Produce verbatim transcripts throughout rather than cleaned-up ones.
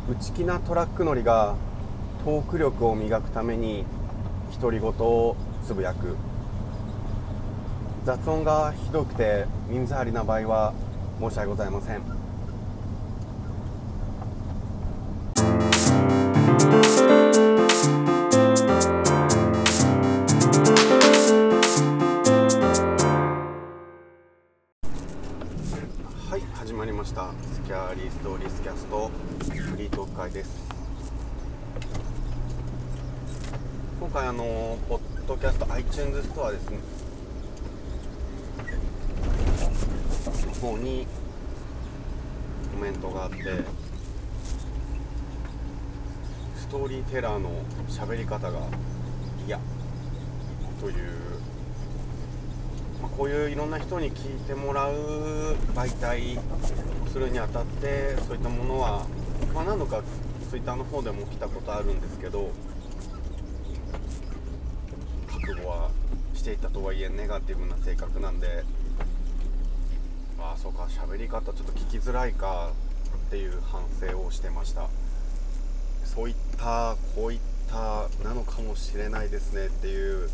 内気なトラック乗りがトーク力を磨くために独り言をつぶやく。雑音がひどくて耳障りな場合は申し訳ございません。はい、始まりました。スキャーリーストーリースキャストフリートーク会です。今回あのポッドキャスト iTunes ストアですねの方にコメントがあって、ストーリーテラーの喋り方が嫌という、まあ、こういういろんな人に聞いてもらう媒体をするにあたって、そういったものは、まあ、何度かツイッターの方でも来たことあるんですけど、覚悟はしていたとはいえネガティブな性格なんで、ああそうか、喋り方ちょっと聞きづらいかっていう反省をしてました。そういったこういったなのかもしれないですねっていう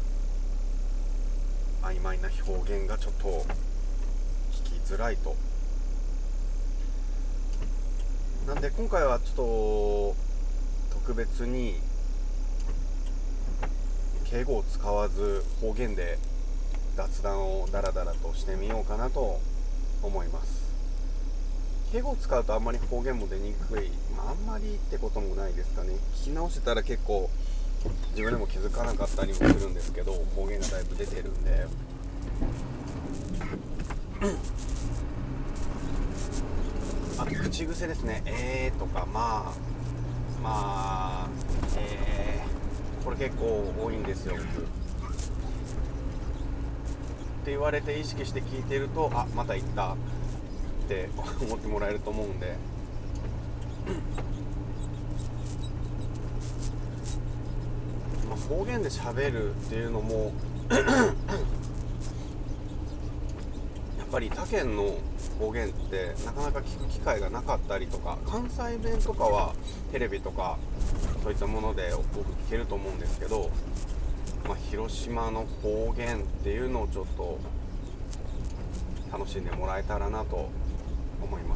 曖昧な表現がちょっと聞きづらいと。なんで今回はちょっと特別に敬語を使わず方言で雑談をダラダラとしてみようかなと思います。敬語を使うとあんまり方言も出にくい、まあ、あんまりってこともないですかね。聞き直してたら結構自分でも気づかなかったりもするんですけど、方言がだいぶ出てるんであと口癖ですね。えーとかまあまあえーこれ結構多いんですよ僕って言われて意識して聞いてると、あまた言ったって思ってもらえると思うんでまあ方言で喋るっていうのもやっぱり他県の方言ってなかなか聞く機会がなかったりとか、関西弁とかはテレビとかそういったもので多く聞けると思うんですけど、まあ、広島の方言っていうのをちょっと楽しんでもらえたらなと思います。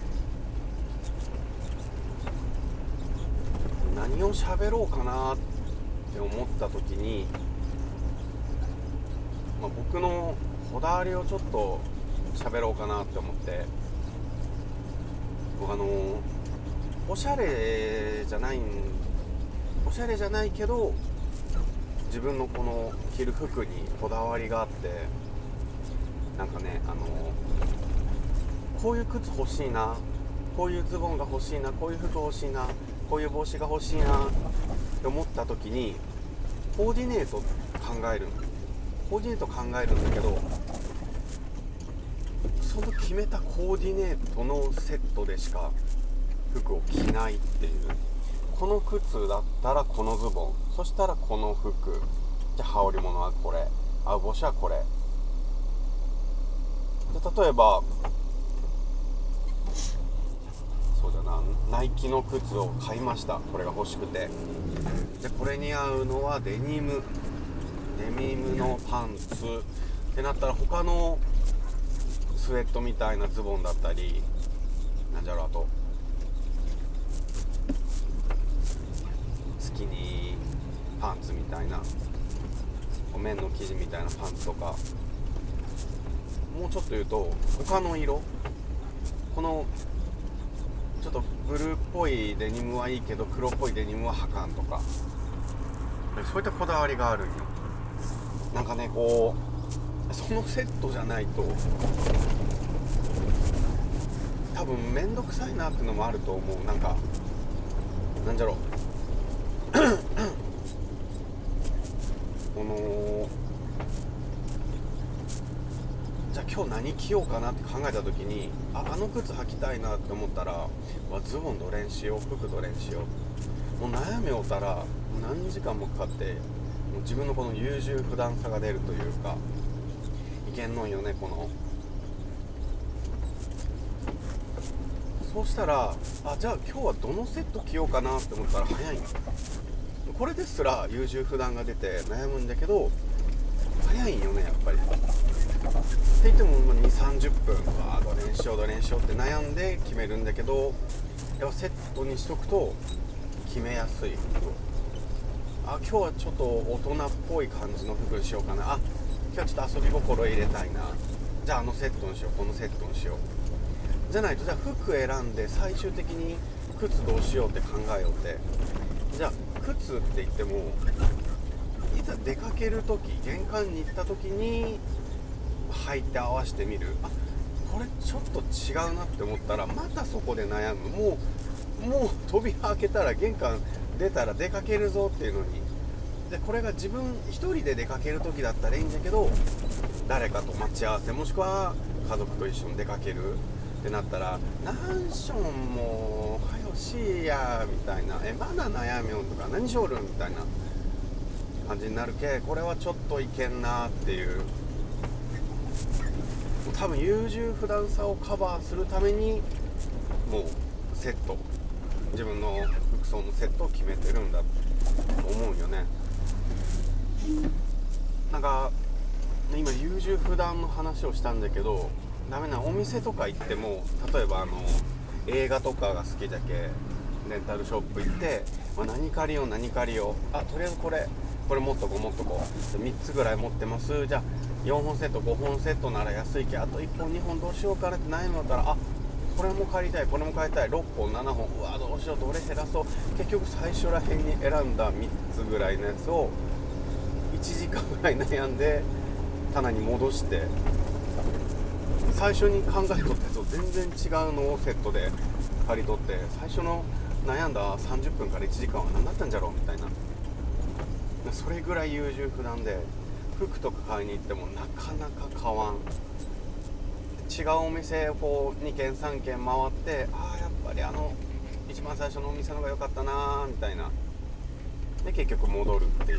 何を喋ろうかなって思った時に、まあ、僕のこだわりをちょっと喋ろうかなって思って、僕あのおしゃれじゃないおしゃれじゃないけど自分のこの着る服にこだわりがあって、なんかね、あのこういう靴欲しいな、こういうズボンが欲しいな、こういう服欲しいな、こういう帽子が欲しいなって思った時にコーディネート考えるコーディネート考えるんだけど、その決めたコーディネートのセットでしか服を着ないっていう。この靴だったらこのズボン、そしたらこの服、じゃあ羽織物はこれ、青帽子はこれで、例えばそうだな、ナイキの靴を買いました。これが欲しくて、でこれに合うのはデニムデニムのパンツってなったら、他のスウェットみたいなズボンだったり、なんじゃろう、あとスキニーパンツみたいな、綿の生地みたいなパンツとか、もうちょっと言うと他の色、このちょっとブルーっぽいデニムはいいけど黒っぽいデニムは履かんとか、そういったこだわりがあるんよ。なんかね、こうそのセットじゃないと多分めんどくさいなってのもあると思う。なんかなんじゃろうこのじゃあ今日何着ようかなって考えた時に、ああの靴履きたいなって思ったら、わズボンどれにしよう、服どれにしよう、もう悩みおったら何時間もかかって、もう自分のこの優柔不断さが出るというか、いけんのんよね。このそうしたら、あ、じゃあ今日はどのセット着ようかなって思ったら早いの。これですら優柔不断が出て悩むんだけど、早いんよねやっぱり。って言ってもにじゅうさんじゅっぷん、あどれにしようどれにしようって悩んで決めるんだけど、やっぱセットにしとくと決めやすい。あ、今日はちょっと大人っぽい感じの服にしようかな、あ、今日はちょっと遊び心入れたいな、じゃああのセットにしよう、このセットにしようじゃないと、じゃあ服選んで最終的に靴どうしようって考えようって、じゃあ靴って言ってもいざ出かけるとき、玄関に行ったときに履いて合わせてみる、あ、これちょっと違うなって思ったらまたそこで悩む。もうもう扉開けたら玄関出たら出かけるぞっていうのに、でこれが自分一人で出かけるときだったらいいんだけど、誰かと待ち合わせもしくは家族と一緒に出かけるってなったら、何しょんもはよしいやみたいな、えまだ悩みよんとか何しょるみたいな感じになるけ、これはちょっといけんなっていう、多分優柔不断さをカバーするためにもうセット、自分の服装のセットを決めてるんだと思うよね。なんか今優柔不断の話をしたんだけど、ダメなお店とか行っても、例えばあの映画とかが好きだけレンタルショップ行って、まあ、何借りよう何借りよう、あとりあえずこれこれ持っとこう持っとこう、みっつぐらい持ってます、じゃあよんほんセットごほんセットなら安いけ、あといっぽんにほんどうしようかなって悩むんだったら、あ、これも借りたいこれも買いたい、ろっぽんななほん、うわどうしようどれ減らそう、結局最初らへんに選んだみっつぐらいのやつをいちじかんぐらい悩んで棚に戻して、最初に考えとったやつと全然違うのをセットで借り取って、最初の悩んださんじゅっぷんからいちじかんは何だったんじゃろうみたいな、それぐらい優柔不断で、服とか買いに行ってもなかなか買わん。違うお店をこうにけんさんけん回って、ああやっぱりあの一番最初のお店の方が良かったなみたいなで結局戻るっていう、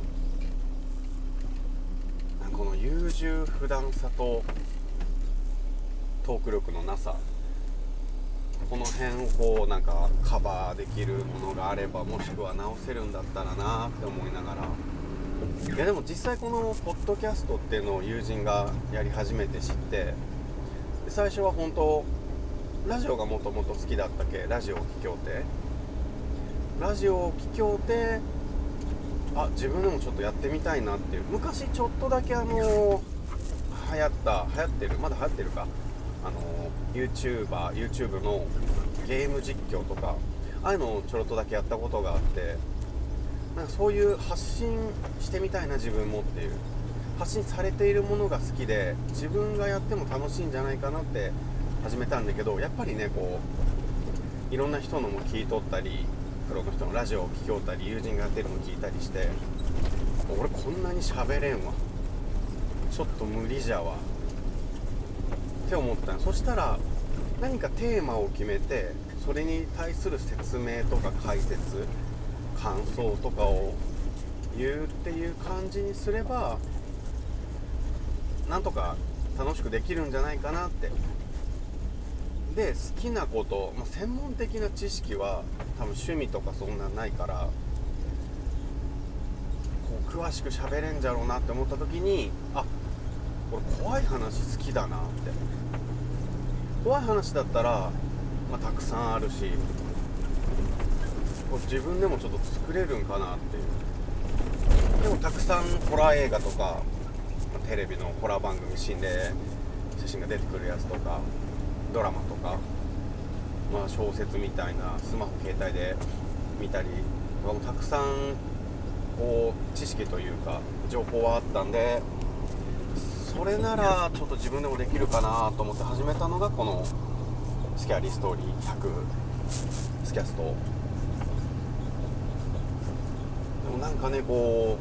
この優柔不断さとトーク力のなさ、この辺をこうなんかカバーできるものがあれば、もしくは直せるんだったらなって思いながら、いやでも実際このポッドキャストっていうのを友人がやり始めて知って、最初は本当ラジオがもともと好きだったけ、ラジオを聴きょうてラジオを聴きょうてあ、自分でもちょっとやってみたいなっていう、昔ちょっとだけあの流行った流行ってるまだ流行ってるか、あの YouTuber YouTube のゲーム実況とか、ああいうのをちょろっとだけやったことがあって、なんかそういう発信してみたいな自分もっていう、発信されているものが好きで自分がやっても楽しいんじゃないかなって始めたんだけど、やっぱりねこういろんな人のも聞いとったり、プロの人のラジオを聞きおったり、友人がやってるのを聞いたりして、俺こんなに喋れんわ、ちょっと無理じゃわって思ったの。そしたら何かテーマを決めて、それに対する説明とか解説感想とかを言うっていう感じにすれば、なんとか楽しくできるんじゃないかなって。で好きなこと、まあ、専門的な知識は多分趣味とかそんなないから、こう詳しく喋れんじゃろうなって思った時に、あ、これ怖い話好きだなって。怖い話だったら、まあ、たくさんあるし、こう自分でもちょっと作れるんかなっていう。でもたくさんホラー映画とかテレビのホラー番組、心霊写真が出てくるやつとかドラマとか、まあ、小説みたいなスマホ携帯で見たりとかもたくさんこう知識というか情報はあったんで、それならちょっと自分でもできるかなと思って始めたのがこのスキャリーストーリーひゃくスキャスト。でもなんかね、こ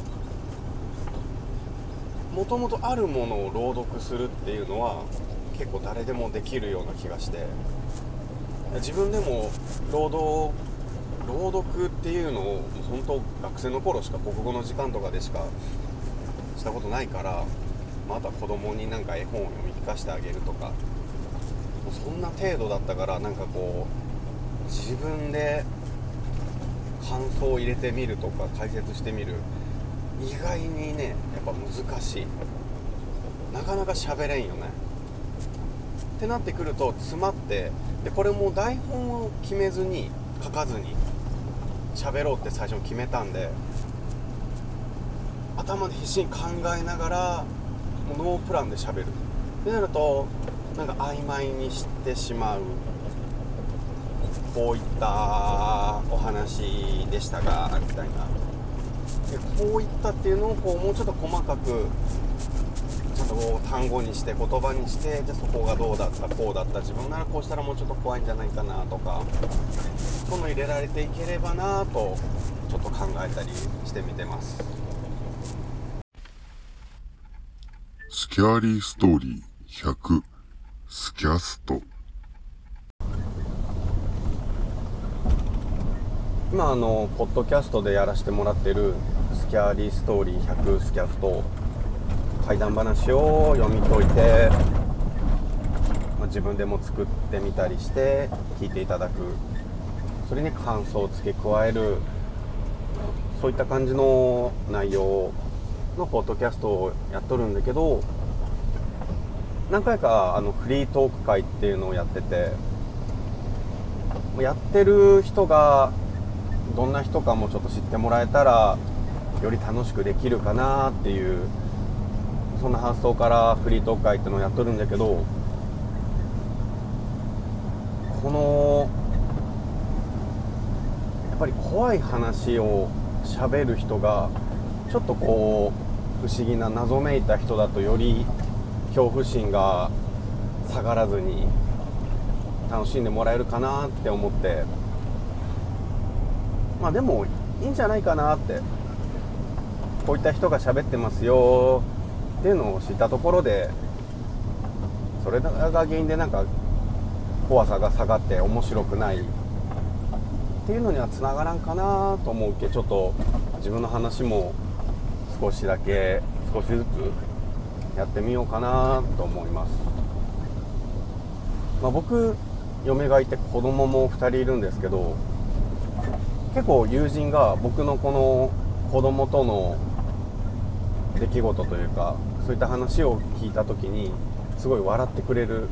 うもともとあるものを朗読するっていうのは結構誰でもできるような気がして、自分でも朗読朗読っていうのを本当学生の頃しか国語の時間とかでしかしたことないから、また子供になんか絵本を読み聞かせてあげるとか、 そんな程度だったから、なんかこう自分で感想を入れてみるとか解説してみる、意外にねやっぱ難しい、なかなか喋れんよねってなってくると詰まって、でこれも台本を決めずに書かずに喋ろうって最初に決めたんで、頭で必死に考えながらもうノープランで喋るってなると、なんか曖昧にしてしまう。こういったお話でしたがみたいな、でこういったっていうのをこうもうちょっと細かくちょっとこう単語にして言葉にして、じゃあそこがどうだったこうだった、自分ならこうしたらもうちょっと怖いんじゃないかなとか、その入れられていければなとちょっと考えたりしてみてます。 スキャーリーストーリーひゃくスキャスト。 今あのポッドキャストでやらせてもらってるスキャーリーストーリーひゃくスキャスト、怪談話を読み解いて、まあ、自分でも作ってみたりして聞いていただく、それに感想を付け加える、そういった感じの内容のポッドキャストをやっとるんだけど、何回かあのフリートーク会っていうのをやってて、やってる人がどんな人かもちょっと知ってもらえたらより楽しくできるかなっていう、そんな発想からフリートーク会っていうのをやっとるんだけど、このやっぱり怖い話を喋る人がちょっとこう不思議な謎めいた人だと、より恐怖心が下がらずに楽しんでもらえるかなって思って、まあでもいいんじゃないかなって、こういった人が喋ってますよっていうのを知ったところで、それが原因でなんか怖さが下がって面白くないっていうのにはつながらんかなと思うけ、ちょっと自分の話も少しだけ少しずつやってみようかなと思います。まあ、僕嫁がいて子供もふたりいるんですけど、結構友人が僕のこの子供との出来事というか、そういった話を聞いた時にすごい笑ってくれる。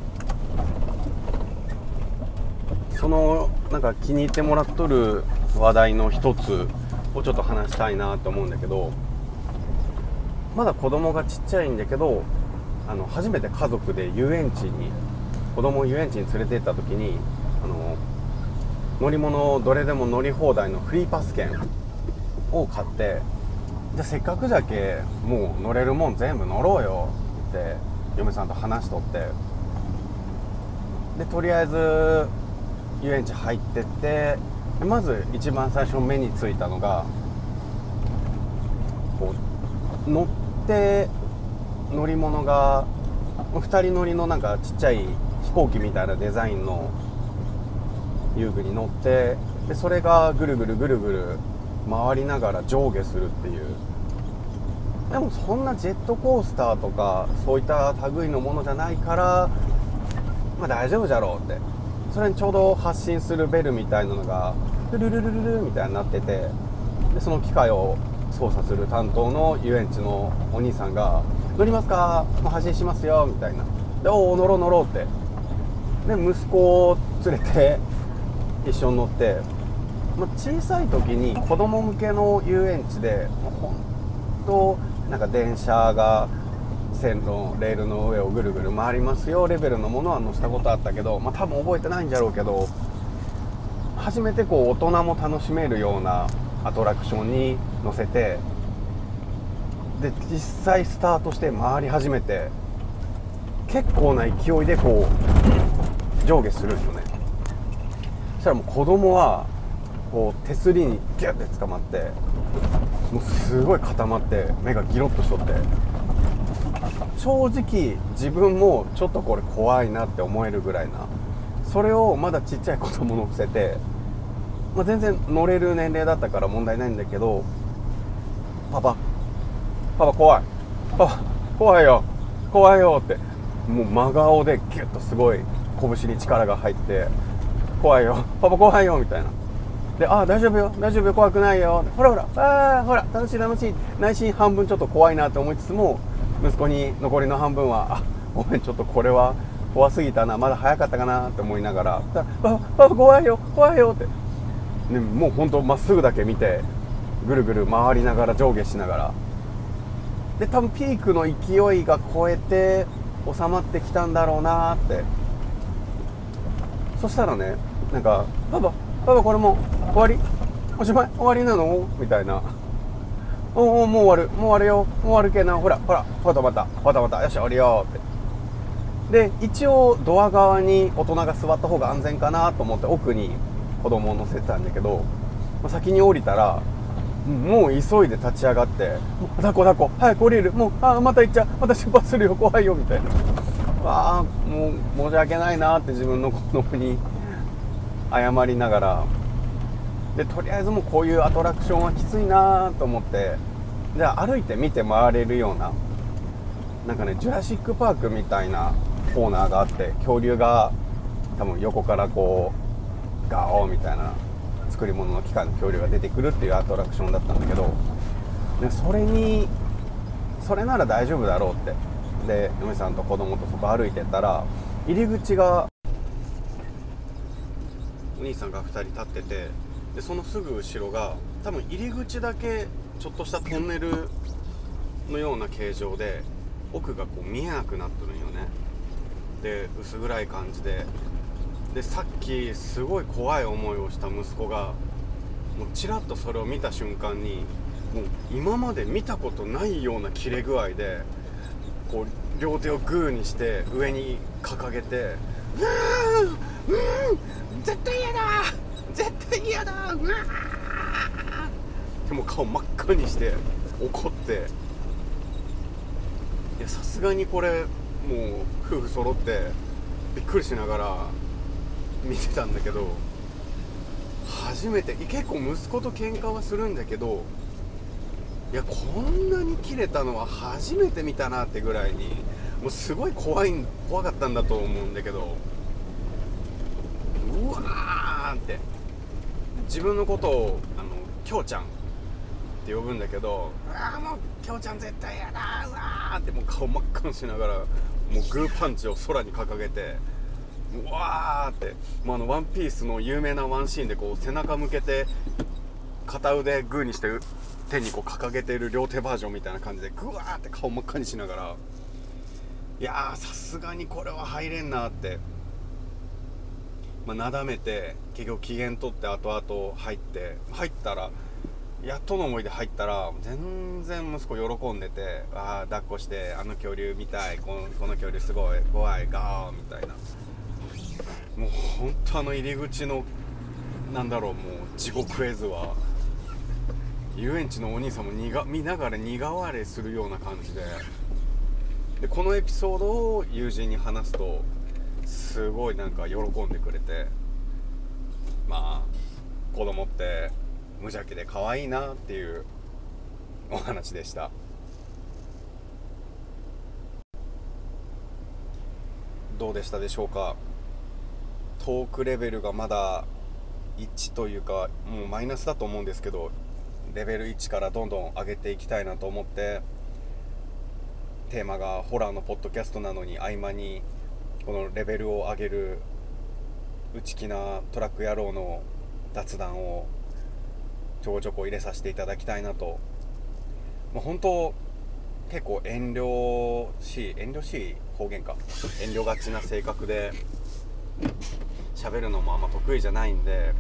そのなんか気に入ってもらっとる話題の一つをちょっと話したいなと思うんだけど、まだ子供がちっちゃいんだけど、あの初めて家族で遊園地に子供を遊園地に連れて行った時に、あの乗り物どれでも乗り放題のフリーパス券を買って、じゃあせっかくじゃけもう乗れるもん全部乗ろうよって嫁さんと話しとって、でとりあえず遊園地入ってって、まず一番最初目についたのが、こう乗って乗り物がふたり乗りのなんかちっちゃい飛行機みたいなデザインの遊具に乗って、でそれがぐるぐるぐるぐる回りながら上下するっていう。でもそんなジェットコースターとかそういった類のものじゃないから、まあ大丈夫じゃろうって、それにちょうど発信するベルみたいなのがルルルルルルみたいになってて、でその機械を操作する担当の遊園地のお兄さんが乗りますか、もう発信しますよみたいな。でおお乗ろう乗ろうって、で息子を連れて一緒に乗って、まあ、小さい時に子供向けの遊園地でほんとなんか電車が線路レールの上をぐるぐる回りますよレベルのものは乗せたことあったけど、まあ、多分覚えてないんじゃろうけど、初めてこう大人も楽しめるようなアトラクションに乗せて、で実際スタートして回り始めて、結構な勢いでこう上下するんよね。そしたらもう子供はこう手すりにギュッて捕まって、もうすごい固まって目がギロッとしとって、正直自分もちょっとこれ怖いなって思えるぐらいな、それをまだちっちゃい子供乗せて、まあ、全然乗れる年齢だったから問題ないんだけど、パパパパ怖いパパ怖いよ怖いよって、もう真顔でギュッとすごい拳に力が入って怖いよパパ怖いよみたいなで、あ大丈夫よ大丈夫よ怖くないよほらほらあーほら楽しい楽しい内心半分ちょっと怖いなと思いつつも息子に残りの半分はあごめんちょっとこれは怖すぎたなまだ早かったかなって思いながらパパパパ怖いよ怖いよって、ね、もうほんとまっすぐだけ見てぐるぐる回りながら上下しながらで多分ピークの勢いが超えて収まってきたんだろうなって。そしたらねなんかパパパパこれもう終わりおしまい終わりなのみたいなおおもう終わるもう終わるよもう終わるけなほらほらパタパタパタパタよし終わりよってで一応ドア側に大人が座った方が安全かなと思って奥に子供を乗せてたんだけど先に降りたらもう急いで立ち上がって抱っこ抱っこ早く降りるもうあまた行っちゃうまた出発するよ怖いよみたいなあもう申し訳ないなって自分の子供に謝りながらでとりあえずもうこういうアトラクションはきついなと思ってじゃあ歩いて見て回れるようななんかねジュラシックパークみたいなコーナーがあって恐竜が多分横からこうガオーみたいな作り物の機械の恐竜が出てくるっていうアトラクションだったんだけどでそれにそれなら大丈夫だろうってで嫁さんと子供とそこ歩いてったら入り口がお兄さんがふたり立っててでそのすぐ後ろが多分入り口だけちょっとしたトンネルのような形状で奥がこう見えなくなってるんよね。で薄暗い感じででさっきすごい怖い思いをした息子がもうちらっとそれを見た瞬間にもう今まで見たことないような切れ具合でこう両手をグーにして上に掲げてうーんうん絶対嫌だ絶対嫌だうわーでも顔真っ赤にして怒っていやさすがにこれもう夫婦揃ってびっくりしながら見てたんだけど初めて結構息子と喧嘩はするんだけどいやこんなに切れたのは初めて見たなってぐらいにもうすごい怖い怖かったんだと思うんだけどうわーって自分のことをあのきょうちゃんって呼ぶんだけどうわーもうきょうちゃん絶対やだうわーってもう顔真っ赤にしながらもうグーパンチを空に掲げてうわーってもうあのワンピースの有名なワンシーンでこう背中向けて片腕グーにして手にこう掲げている両手バージョンみたいな感じでグワーって顔真っ赤にしながらいやーさすがにこれは入れんなって、まあ、なだめて結局機嫌取って後々入って入ったらやっとの思いで入ったら全然息子喜んでてあー抱っこしてあの恐竜見たいこの、この恐竜すごい怖いガーみたいなもう本当あの入り口のなんだろうもう地獄絵図は遊園地のお兄さんも苦見ながら苦笑いするような感じででこのエピソードを友人に話すとすごいなんか喜んでくれてまあ子供って無邪気で可愛いなっていうお話でした。どうでしたでしょうか。トークレベルがまだいちというかもうマイナスだと思うんですけどレベルいちからどんどん上げていきたいなと思ってテーマがホラーのポッドキャストなのに合間にこのレベルを上げる内気なトラック野郎の雑談をちょこちょこ入れさせていただきたいなと、まあ、本当結構遠慮しい遠慮しい方言か遠慮がちな性格で喋るのもあんま得意じゃないんで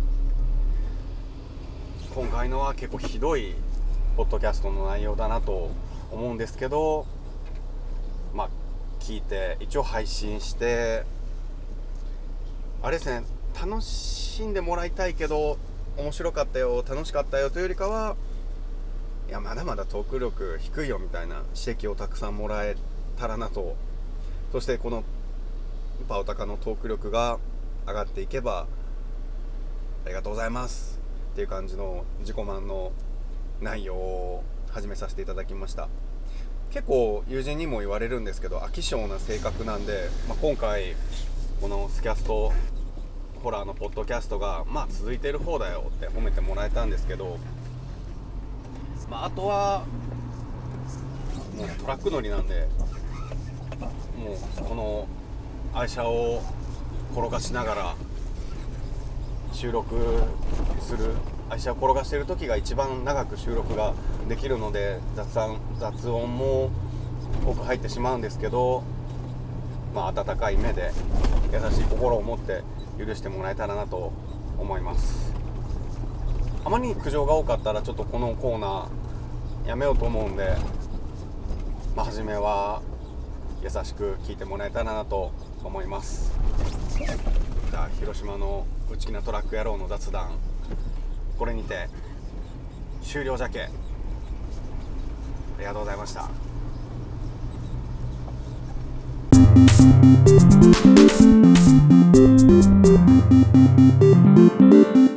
今回のは結構ひどいポッドキャストの内容だなと思うんですけどまあ聞いて一応配信してあれですね楽しんでもらいたいけど面白かったよ楽しかったよというよりかはいやまだまだトーク力低いよみたいな指摘をたくさんもらえたらなとそしてこのパオタカのトーク力が上がっていけばありがとうございますっていう感じの自己満の内容を始めさせていただきました。結構友人にも言われるんですけど飽き性な性格なんで、まあ、今回このスキャストホラーのポッドキャストがまあ続いてる方だよって褒めてもらえたんですけど、まあ、あとはもうトラック乗りなんで、もうこの愛車を転がしながら収録する、愛車を転がしている時が一番長く収録ができるので、雑談雑音も多く入ってしまうんですけど、まあ、温かい目で優しい心を持って許してもらえたらなと思います。あまりに苦情が多かったらちょっとこのコーナーやめようと思うんで、まあ、初めは優しく聞いてもらえたらなと思います。じゃあ広島の内気なトラック野郎の雑談、これにて終了じゃけ。ありがとうございました。 Thank you.